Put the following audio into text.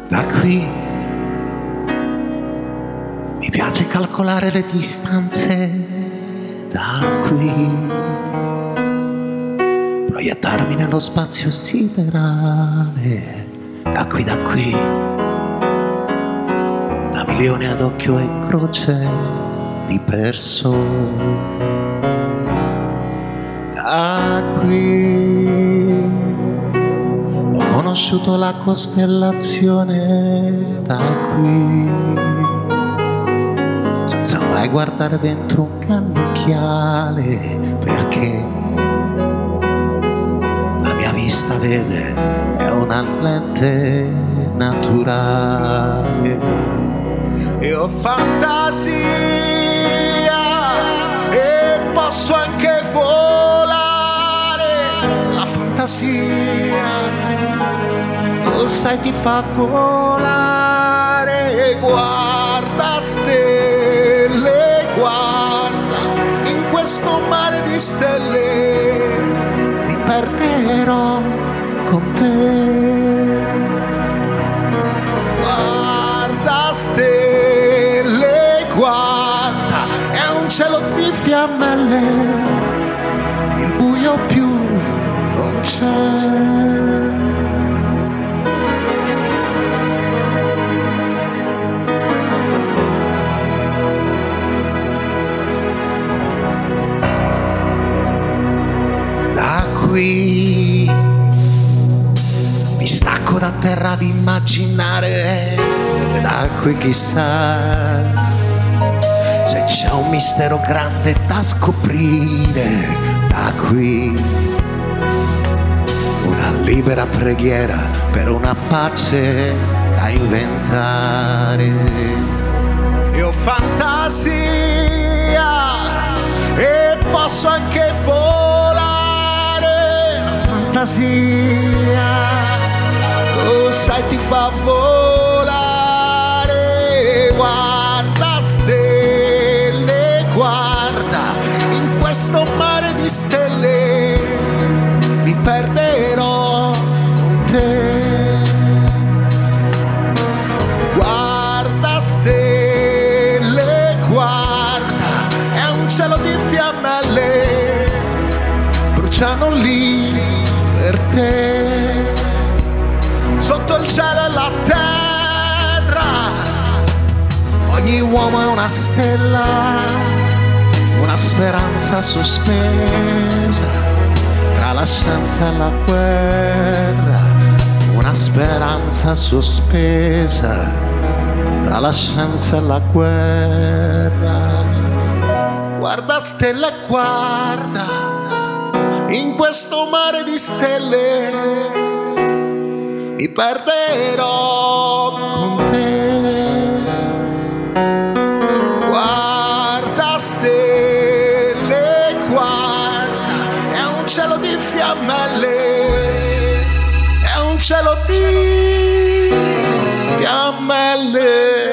Da qui mi piace calcolare le distanze, da qui proiettarmi nello spazio siderale, da qui, da milioni ad occhio e croce di persone, da qui ho conosciuto la costellazione, da qui senza mai guardare dentro un cannocchiale, perché la mia vista vede, è una lente naturale. E ho fantasia e posso anche volare. La fantasia, lo sai, ti fa volare. Guarda stelle, guarda, in questo mare di stelle mi perderò con te. Guarda stelle, guarda, è un cielo di fiammelle, il buio più non c'è. Da qui mi stacco da terra ad immaginare, da qui chissà se c'è un mistero grande da scoprire, da qui una libera preghiera per una pace da inventare. Io ho fantasia e posso anche volare. La fantasia, lo sai, ti fa volare. Guarda stelle, guarda, in questo mare di stelle mi perderò con te. Guarda stelle, guarda, è un cielo di fiammelle, bruciano lì per te. Sotto il cielo e la terra, ogni uomo è una stella, una speranza sospesa tra la scienza e la guerra, una speranza sospesa tra la scienza e la guerra. Guarda stelle, guarda, in questo mare di stelle mi perderò con te. Guarda stelle, guarda, è un cielo di fiammelle, è un cielo di fiammelle.